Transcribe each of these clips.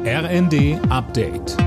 RND Update.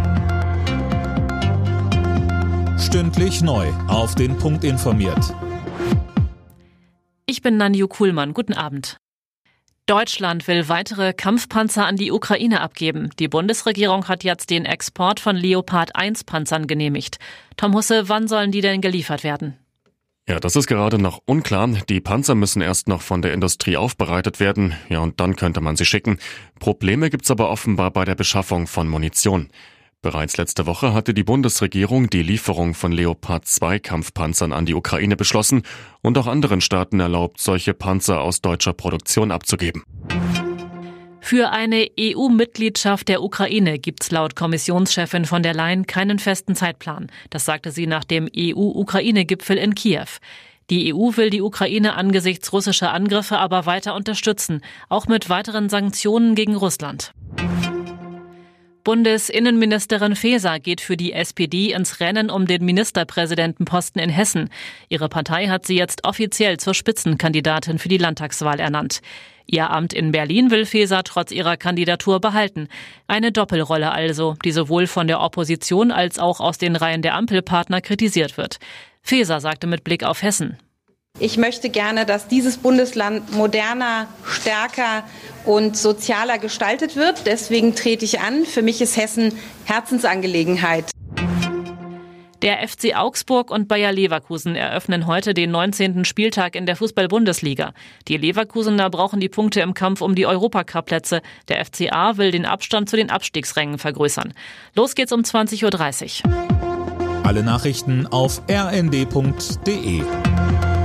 Stündlich neu auf den Punkt informiert. Ich bin Nanju Kuhlmann. Guten Abend. Deutschland will weitere Kampfpanzer an die Ukraine abgeben. Die Bundesregierung hat jetzt den Export von Leopard 1 Panzern genehmigt. Tom Husse, wann sollen die denn geliefert werden? Ja, das ist gerade noch unklar. Die Panzer müssen erst noch von der Industrie aufbereitet werden. Ja, und dann könnte man sie schicken. Probleme gibt's aber offenbar bei der Beschaffung von Munition. Bereits letzte Woche hatte die Bundesregierung die Lieferung von Leopard 2 Kampfpanzern an die Ukraine beschlossen und auch anderen Staaten erlaubt, solche Panzer aus deutscher Produktion abzugeben. Für eine EU-Mitgliedschaft der Ukraine gibt's laut Kommissionschefin von der Leyen keinen festen Zeitplan. Das sagte sie nach dem EU-Ukraine-Gipfel in Kiew. Die EU will die Ukraine angesichts russischer Angriffe aber weiter unterstützen, auch mit weiteren Sanktionen gegen Russland. Bundesinnenministerin Faeser geht für die SPD ins Rennen um den Ministerpräsidentenposten in Hessen. Ihre Partei hat sie jetzt offiziell zur Spitzenkandidatin für die Landtagswahl ernannt. Ihr Amt in Berlin will Faeser trotz ihrer Kandidatur behalten. Eine Doppelrolle also, die sowohl von der Opposition als auch aus den Reihen der Ampelpartner kritisiert wird. Faeser sagte mit Blick auf Hessen: Ich möchte gerne, dass dieses Bundesland moderner, stärker und sozialer gestaltet wird. Deswegen trete ich an. Für mich ist Hessen Herzensangelegenheit. Der FC Augsburg und Bayer Leverkusen eröffnen heute den 19. Spieltag in der Fußball-Bundesliga. Die Leverkusener brauchen die Punkte im Kampf um die Europacup-Plätze. Der FCA will den Abstand zu den Abstiegsrängen vergrößern. Los geht's um 20.30 Uhr. Alle Nachrichten auf rnd.de.